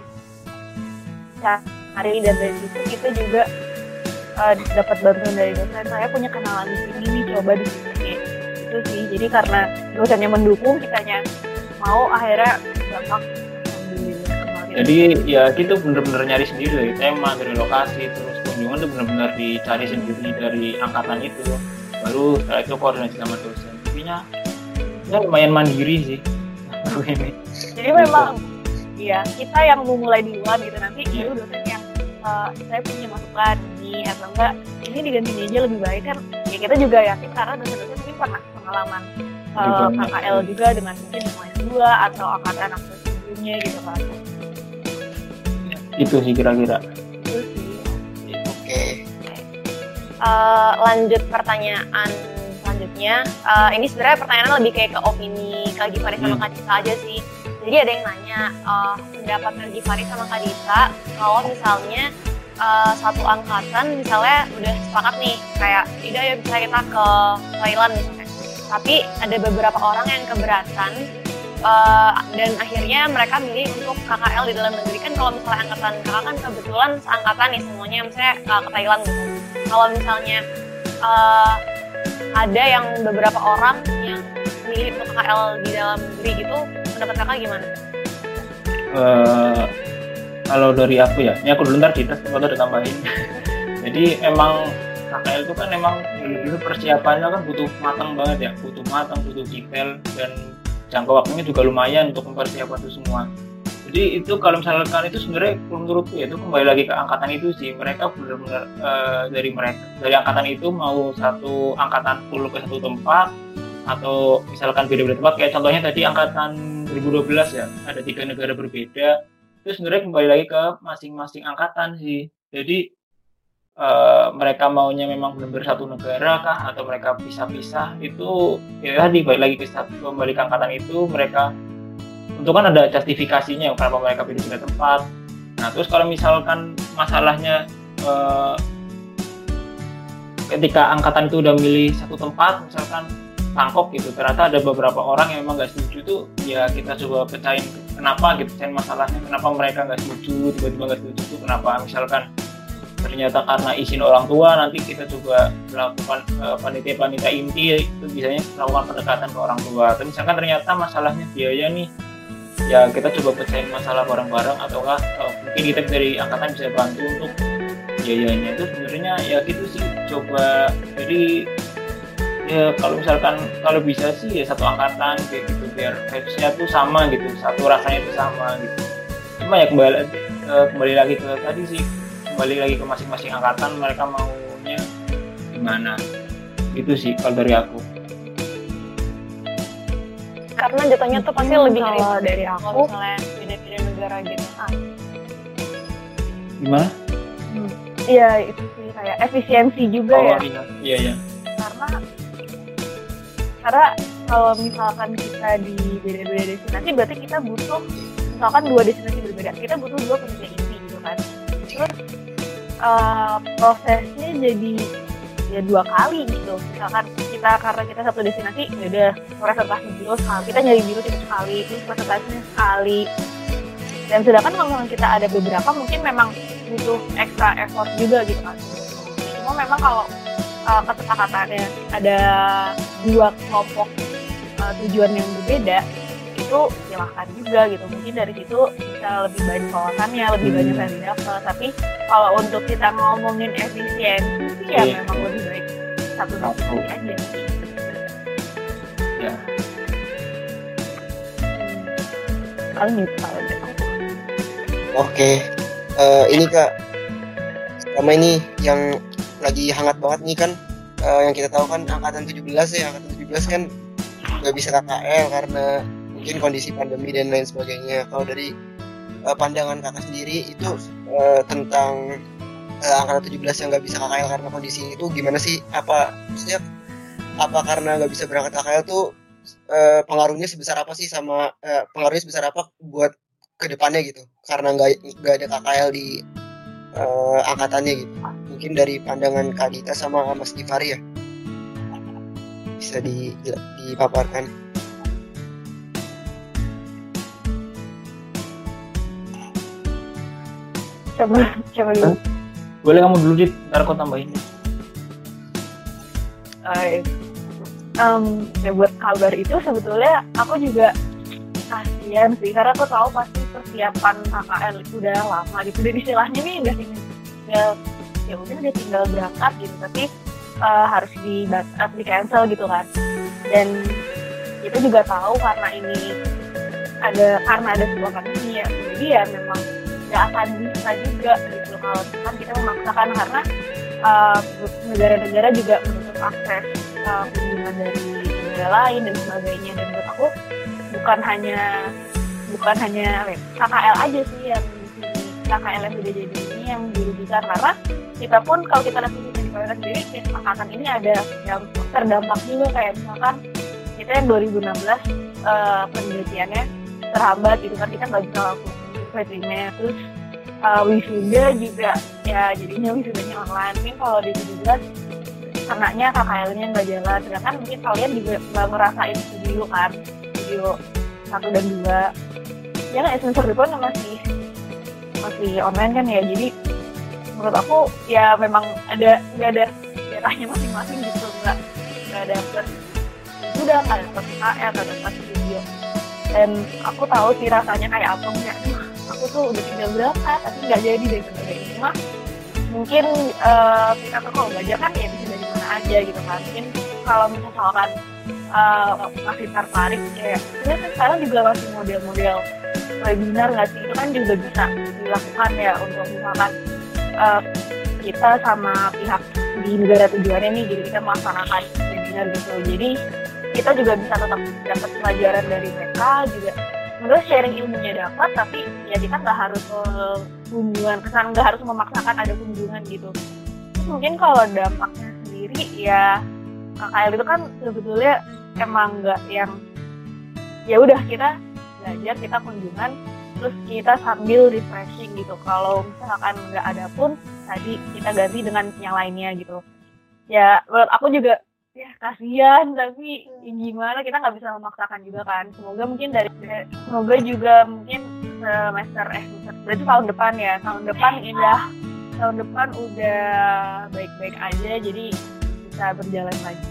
cari dan dari situ kita juga uh, dapat bantuan dari dosen, saya punya kenalan di sini nih, coba di sini itu sih. Jadi karena dosennya mendukung, kitanya mau, akhirnya gampang. Jadi ya gitu bener-bener nyari sendiri dari tema, dari lokasi, terus kunjungan tuh bener-bener dicari sendiri dari angkatan itu, baru setelah itu koordinasi sama dosen. Intinya ya lumayan mandiri sih aku ini. Jadi memang iya kita yang memulai duluan gitu, nanti Iya. baru dosen yang uh, saya punya masukan ini atau enggak ini diganti aja lebih baik kan. Ya kita juga yakin karena dosen-dosen mungkin pernah pengalaman uh, K K L juga dengan mungkin S dua atau angkatan aku sebelumnya gitu kan. Itu sih kira-kira. Itu sih. Oke. Eh, lanjut pertanyaan selanjutnya. Eh, ini sebenarnya pertanyaannya lebih kayak ke opini Kak Givari sama Hmm. Kak Dita aja sih. Jadi ada yang nanya eh, pendapat Kak Givari sama Kak Dita kalau misalnya eh, satu angkatan misalnya udah sepakat nih kayak tidak ya bisa kita ke Thailand misalnya. Tapi ada beberapa orang yang keberatan eh, dan akhirnya mereka milih untuk K K L di dalam negeri. Kan kalau misalnya angkatan kakak kan kebetulan seangkatan nih semuanya misalnya eh, ke Thailand gitu. Kalau misalnya uh, ada yang beberapa orang yang milih untuk K K L di dalam negeri gitu, pendapat kakak gimana? Uh, kalau dari aku ya, ini aku dulu ntar kita semua udah tambahin. Jadi emang K K L itu kan emang dulu persiapannya kan butuh matang banget ya, butuh matang, butuh detail, dan jangka waktunya juga lumayan untuk mempersiapkan itu semua. Jadi itu kalau misalkan itu sebenarnya menurutku ya itu kembali lagi ke angkatan itu sih, mereka benar-benar uh, dari mereka dari angkatan itu mau satu angkatan full ke satu tempat atau misalkan beda-beda tempat, kayak contohnya tadi angkatan dua ribu dua belas ya ada tiga negara berbeda, itu sebenarnya kembali lagi ke masing-masing angkatan sih. Jadi uh, mereka maunya memang benar-benar satu negara kah atau mereka pisah-pisah, itu ya tadi balik lagi ke satu, kembali ke angkatan itu mereka untuk kan ada justifikasinya kenapa mereka pilih pindah tempat. Nah terus kalau misalkan masalahnya eh, ketika angkatan itu udah milih satu tempat, misalkan Bangkok gitu, ternyata ada beberapa orang yang memang nggak setuju tuh, ya kita coba pecahin kenapa gitu, pecahin masalahnya, kenapa mereka nggak setuju, tiba-tiba nggak setuju tuh kenapa. Misalkan ternyata karena izin orang tua, nanti kita coba melakukan uh, panitia-panitia inti itu biasanya melakukan pendekatan ke orang tua. Tapi misalkan ternyata masalahnya biaya nih, ya kita coba pecahin masalah bareng-bareng, ataukah uh, mungkin kita dari angkatan bisa bantu untuk biayanya. Itu sebenarnya ya gitu sih, coba jadi ya kalau misalkan kalau bisa sih ya satu angkatan kayak gitu biar vibes-nya tuh sama gitu, satu rasanya tuh sama gitu. Cuma ya kembali uh, kembali lagi ke tadi sih, kembali lagi ke masing-masing angkatan mereka maunya gimana gitu sih kalau dari aku. Karena jatuhnya tuh pasti Hmm, lebih kalau ribet dari kalau aku misalnya beda-beda negara gitu. Gimana? hmm, iya itu sih kayak efisiensi juga Oh ya, iya iya iya. karena karena kalau misalkan kita di beda-beda destinasi berarti kita butuh misalkan dua destinasi berbeda, kita butuh dua panitia inti gitu kan. Terus uh, prosesnya jadi ya dua kali gitu. Misalkan kita karena kita satu destinasi ya udah presentasi biro sekali, kita nyari biro cuma sekali, terus presentasinya sekali. Dan sedangkan kalau kita ada beberapa mungkin memang butuh extra effort juga gitu kan. Cuma memang kalau uh, kesepakatannya ada dua kelompok uh, tujuan yang berbeda, itu silahkan juga gitu. Mungkin dari situ bisa lebih banyak wawasannya, lebih Hmm. banyak yang didapat. Tapi kalau untuk kita ngomongin efisiensi sih ya Iya. memang lebih baik satu Satu. destinasi aja. Ya. Paling gitu kalau dari aku. Oke, Eh, ini Kak, selama ini yang lagi hangat banget nih kan, eh, yang kita tahu kan angkatan tujuh belas ya, angkatan tujuh belas kan nggak bisa K K L karena mungkin kondisi pandemi dan lain sebagainya. Kalau dari eh, pandangan Kakak sendiri itu eh, tentang eh, angkatan tujuh belas yang nggak bisa K K L karena kondisi itu gimana sih? Apa maksudnya apa karena nggak bisa berangkat K K L tuh eh, pengaruhnya sebesar apa sih sama eh, pengaruhnya sebesar apa buat kedepannya gitu, karena nggak nggak ada K K L di uh, angkatannya gitu. Mungkin dari pandangan Kak Dita sama Mas Givari ya bisa di, dipaparkan. Coba, coba dulu. Boleh kamu dulu dit, ntar aku tambahin. Uh, um, ya buat kabar itu sebetulnya aku juga kasihan sih, karena aku tahu pasti persiapan K K L itu udah lama gitu, dan istilahnya nih udah tinggal ya udah udah tinggal berangkat gitu, tapi uh, harus di di cancel gitu kan. Dan kita juga tahu karena ini ada karena ada sebuah pandemi ya, jadi ya memang nggak akan bisa juga gitu kalau kan kita memaksakan, karena uh, negara-negara juga menutup akses uh, kunjungan dari negara lain dan sebagainya. Dan menurut aku bukan hanya bukan hanya K K L aja sih yang K K L yang sudah jadi ini yang dirugikan, karena kita pun kalau kita lihat di Korea sendiri akan ini ada yang terdampak juga, kayak misalkan kita yang dua ribu enam belas uh, penelitiannya terhambat gitu kan, kita nggak bisa lakukan surveinya, terus uh, wisuda juga ya jadinya wisudanya online. Mungkin kalau di tujuh belas kenanya K K L-nya nggak jalan, sedangkan mungkin kalian juga nggak ngerasain itu dulu kan, video satu dan dua ya kan, semester depan masih masih online kan ya. Jadi menurut aku ya memang ada nggak ada daerahnya masing-masing gitu, nggak nggak ada plus udah nggak ada plus K K L, nggak ada plus video. Dan aku tahu sih rasanya kayak apa, nggak aku tuh udah tinggal berapa tapi nggak jadi dari sebagainya. Cuma mungkin uh, kita tuh kalau belajar kan ya bisa dari mana aja gitu kan. Mungkin kalau misalkan uh, masih tertarik kayak ini kan sekarang juga masih model-model webinar nggak sih, itu kan juga bisa dilakukan ya untuk misalkan uh, kita sama pihak di negara tujuannya nih, jadi kita melaksanakan webinar gitu. Jadi kita juga bisa tetap dapat pelajaran dari mereka juga. Menurut sharing ilmunya dapat, tapi ya kita nggak harus uh, kunjungan kesan, nggak harus memaksakan ada kunjungan gitu. Terus mungkin kalau dampaknya sendiri ya K K L itu kan sebetulnya emang nggak yang ya udah kita belajar, kita kunjungan terus kita sambil refreshing gitu. Kalau misalkan nggak ada pun tadi kita ganti dengan yang lainnya gitu. Ya menurut aku juga ya kasihan, tapi ya gimana, kita nggak bisa memaksakan juga kan. Semoga mungkin dari semoga juga mungkin semester eh semester berarti tahun depan ya tahun depan udah tahun depan udah baik-baik aja, jadi bisa berjalan lagi.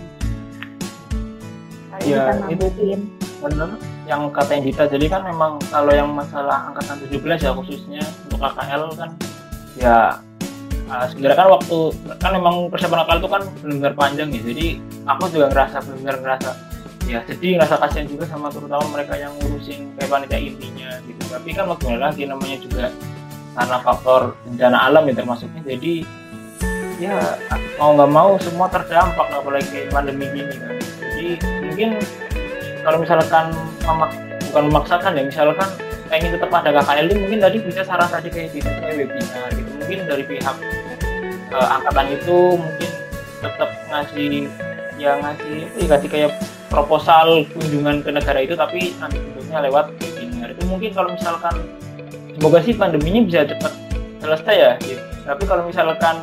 Kali Ya kita itu nambahin. bener yang kata Dita. Jadi kan memang kalau yang masalah angkatan tujuh belas ya khususnya untuk K K L kan ya uh, sebenarnya kan waktu kan memang persiapan K K L itu kan benar-benar panjang ya. Jadi aku juga ngerasa benar ngerasa ya sedih, ngerasa kasihan juga sama terutama mereka yang ngurusin kayak panitia intinya gitu. Tapi kan mau gimana lagi, namanya juga karena faktor bencana alam ya termasuknya. Jadi ya mau nggak mau semua terdampak, apalagi pandemi gini kan. Jadi mungkin kalau misalkan memak- bukan memaksakan ya, misalkan pengen tetap ada K K L ini, mungkin tadi bisa saran tadi kayak gitu, kayak webinar gitu. Mungkin dari pihak uh, angkatan itu mungkin tetap ngasih ya ngasih ya ngasih kayak proposal kunjungan ke negara itu, tapi nanti bentuknya lewat webinar. Itu mungkin kalau misalkan semoga sih pandeminya bisa cepat selesai ya gitu. Tapi kalau misalkan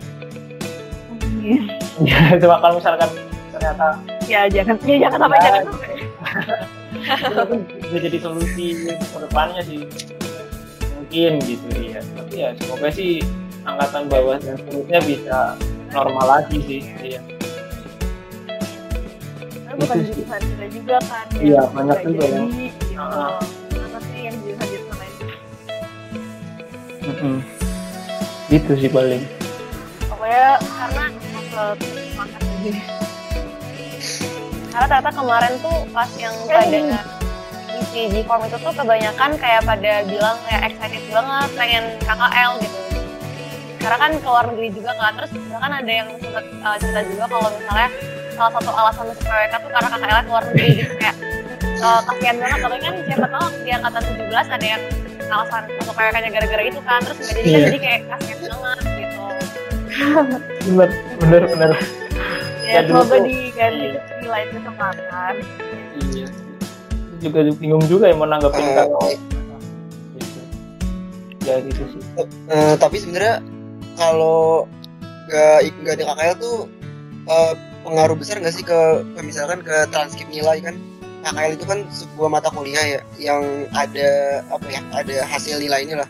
ya cuma kalau misalkan ternyata Ya jangan ya jangan sampai Ya. jangan sampai. itu bisa jadi solusi ke depannya sih mungkin gitu ya. Tapi ya semoga sih angkatan bawah dan seterusnya bisa normal lagi sih ya. Karena bukan Itu sih. jurusan kita juga kan. Iya, yang banyak nggak juga jadi, yang- gitu. Ah. Apa sih yang jurusan-jurusan lain? Mm-mm. Gitu sih paling. Pokoknya karena uh, semangat aja. Karena ternyata kemarin tuh pas yang pada isi G form itu tuh kebanyakan kayak pada bilang kayak excited banget pengen K K L gitu. Karena kan ke luar negeri juga kan, terus bahkan ada yang sempat uh, cerita juga kalau misalnya salah satu alasan masuk P W K tuh karena K K L ke luar negeri gitu, kayak uh, kasihan banget. Tapi kan siapa tahu di angkatan tujuh belas ada yang alasan masuk P W K-nya gara-gara itu kan, terus nggak jadi kan, Iya. jadi kayak kasihan banget gitu. Bener bener bener. Ya, Ya, dulu semoga tuh- diganti di lain kesempatan. Iya. Juga bingung juga ya mau nanggepin Eh, kalau gitu. Ya gitu sih. Eh, tapi sebenarnya kalau nggak nggak ada K K L tuh eh, pengaruh besar nggak sih ke, ke misalkan ke transkrip nilai kan? K K L itu kan sebuah mata kuliah ya yang ada apa ya, ada hasil nilainya lah.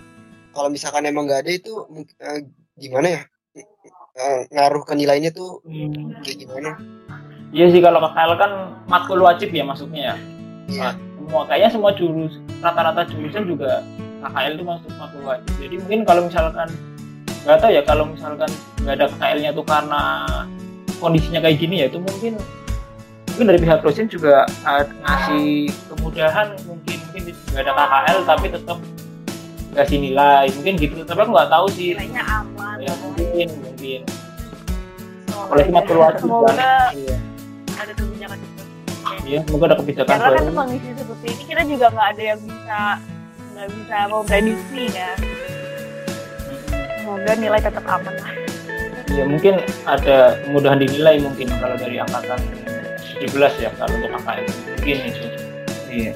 kalau misalkan emang nggak ada itu uh, gimana ya? Uh, ngaruh ke nilainya tuh hmm. kayak gimana? Iya sih, kalau K K L kan matkul wajib ya masuknya ya. Iya. Nah, semua kayaknya semua jurus rata-rata jurusan juga K K L itu masuk matkul wajib. Jadi mungkin kalau misalkan nggak tahu ya, kalau misalkan nggak ada K K L-nya tuh karena kondisinya kayak gini ya, itu mungkin mungkin dari pihak dosen juga uh, ngasih kemudahan, mungkin mungkin nggak ada K K L tapi tetap kasih nilai, mungkin gitu. Tapi aku nggak tahu sih. Nilainya aman. Ya mungkin mungkin. Oleh matkul wajib. Semoga iya. ada kebijakan itu. Iya, semoga ada kebijakan baru. Karena kan kondisi seperti ini kita juga nggak ada yang bisa nggak bisa memprediksi ya. Semoga nilai tetap aman lah. Ya mungkin ada kemudahan dinilai mungkin kalau dari angkatan tujuh belas ya, kalau untuk K K L mungkin itu. Iya.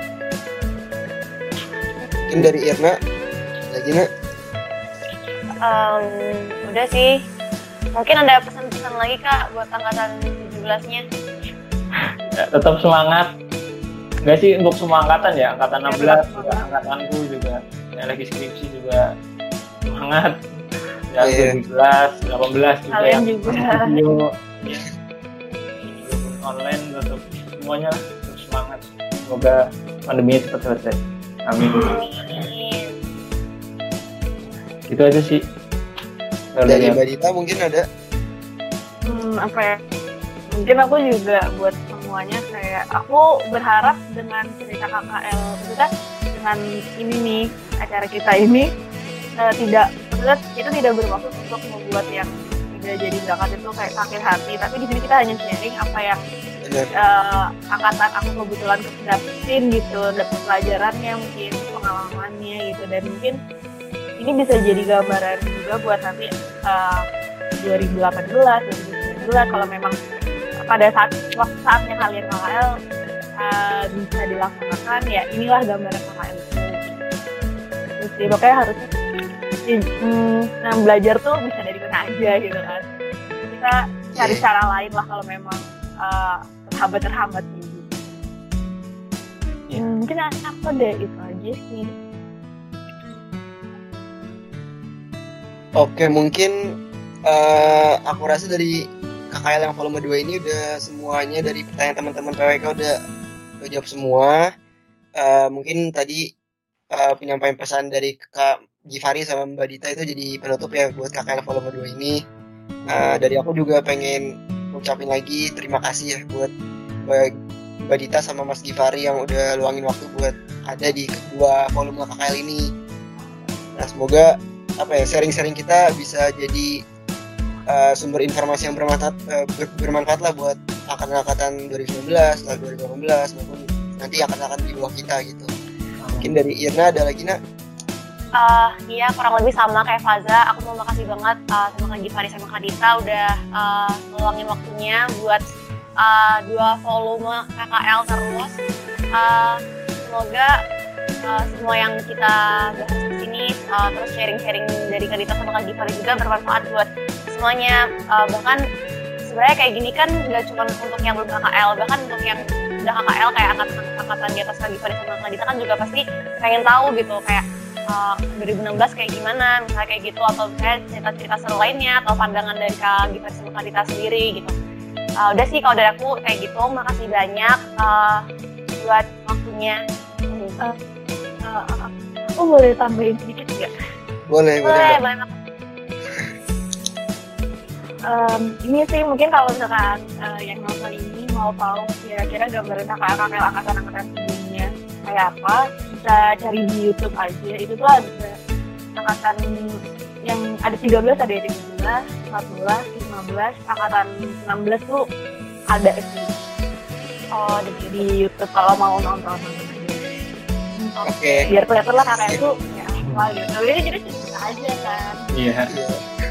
Mungkin dari Irna lagi nak? Um, udah sih. Mungkin ada pesan-pesan lagi Kak buat angkatan tujuh belas-nya. Ya, tetap semangat. Enggak sih untuk semua angkatan ya, angkatan enam belas juga, angkatanku juga yang lagi skripsi juga semangat. Ya, oh, iya. tujuh belas, delapan belas juga kalian yang juga video ya. Online tetap semuanya terus semangat. Semoga pandeminya cepat selesai. Amin. Amin. Gitu aja sih. Kalau dari Mbak Dita mungkin ada? Hmm, apa ya? Mungkin aku juga buat semuanya kayak aku berharap dengan cerita K K L, maksudnya dengan ini nih acara kita ini uh, tidak, maksudnya itu tidak bermaksud untuk membuat yang tidak jadi berangkat itu kayak sakit hati, tapi di sini kita hanya sharing apa yang uh, angkatan aku kebetulan dapetin gitu, dapet pelajarannya mungkin, pengalamannya gitu, dan mungkin ini bisa jadi gambaran juga buat nanti uh, dua ribu delapan belas, dua ribu sembilan belas kalau memang pada saat waktu saatnya kalian K K L uh, bisa dilaksanakan, ya inilah gambaran K K L itu. Terus sih makanya harusnya hmm, nah belajar tuh bisa dari mana aja gitu kan. Kita cari cara lain lah kalau memang uh, terhambat-terhambat gitu. Yeah. Hmm, mungkin apa deh itu aja sih. Oke, mungkin uh, aku rasa dari K K L yang volume dua ini udah semuanya, dari pertanyaan teman-teman P W K udah, udah jawab semua. Uh, mungkin tadi uh, penyampaian pesan dari Kak Givari sama Mbak Dita itu jadi penutup ya buat K K L volume dua ini. Uh, dari aku juga pengen ucapin lagi terima kasih ya buat Mbak Dita sama Mas Givari yang udah luangin waktu buat ada di kedua volume K K L ini. Nah, semoga apa ya, sharing-sharing kita bisa jadi uh, sumber informasi yang bermanfaat, uh, ber- bermanfaat lah buat angkatan-angkatan dua ribu sembilan belas, dua ribu delapan belas maupun nanti angkatan-angkatan di bawah kita gitu. Mungkin dari Irna ada lagi nak? Uh, iya kurang lebih sama kayak Faza. Aku mau makasih banget uh, sama Kak Givari sama Kak Dita udah uh, meluangin waktunya buat uh, dua volume K K L terus. Uh, semoga uh, semua yang kita bahas di sini uh, terus sharing-sharing dari Kak Dita sama Kak Givari juga bermanfaat buat semuanya. Uh, bahkan sebenarnya kayak gini kan nggak cuma untuk yang belum K K L, bahkan untuk yang udah K K L kayak angkatan-angkatan di atas Kak Givari sama Kak Dita kan juga pasti pengen tahu gitu kayak Uh, dua ribu enam belas kayak gimana, misalnya kayak gitu, atau misalnya cerita-cerita seru lainnya atau pandangan dari Kak Givari sama Kak Dita sendiri gitu. Uh, udah sih kalau dari aku kayak gitu, makasih banyak uh, buat waktunya. Uh, uh, uh, aku boleh tambahin sedikit nggak? Boleh, boleh, boleh. boleh. Um, ini sih mungkin kalau misalkan uh, yang nonton ini mau tahu kira-kira gambaran K K L angkatan-angkatan sebelumnya kayak apa, bisa cari di YouTube aja. Itu tuh ada angkatan yang ada tiga belas, ada yang tiga belas, empat belas, lima belas, angkatan enam belas tuh ada sih. Oh, di, di YouTube kalau mau nonton. Oke. Okay. Biar kelihatan lah kakak itu ya apa gitu. Jadi jadi cerita aja kan. Iya. Yeah. Oke.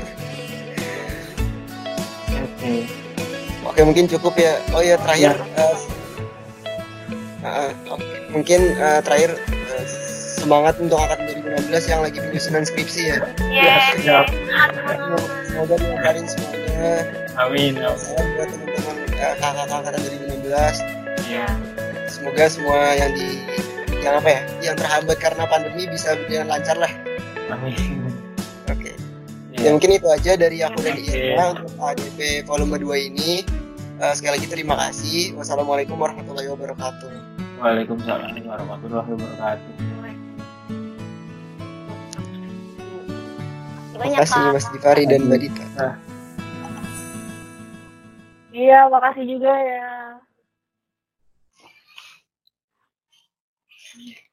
Okay. Oke, mungkin cukup ya. Oh ya, terakhir. Yeah. Uh, uh, okay. Mungkin uh, terakhir uh, semangat untuk angkatan dua ribu enam belas yang lagi penyusunan skripsi ya. Iya. Siap. Semoga dilancarin semuanya. Amin. Semoga buat teman-teman uh, kakak-kakak angkatan dua ribu enam belas. Iya. Semoga semua yang di yang apa ya, yang terhambat karena pandemi bisa berjalan lancar lah. Amin. Oke. Ya. Ya mungkin itu aja dari aku dan Oke. Irma untuk A D P volume dua ini. Uh, sekali lagi terima kasih. Wassalamualaikum warahmatullahi wabarakatuh. Waalaikumsalam warahmatullahi wabarakatuh. Banyak, Terima kasih Kak. Mas Difari dan Mbak Dita. Nah, Iya, makasih juga ya.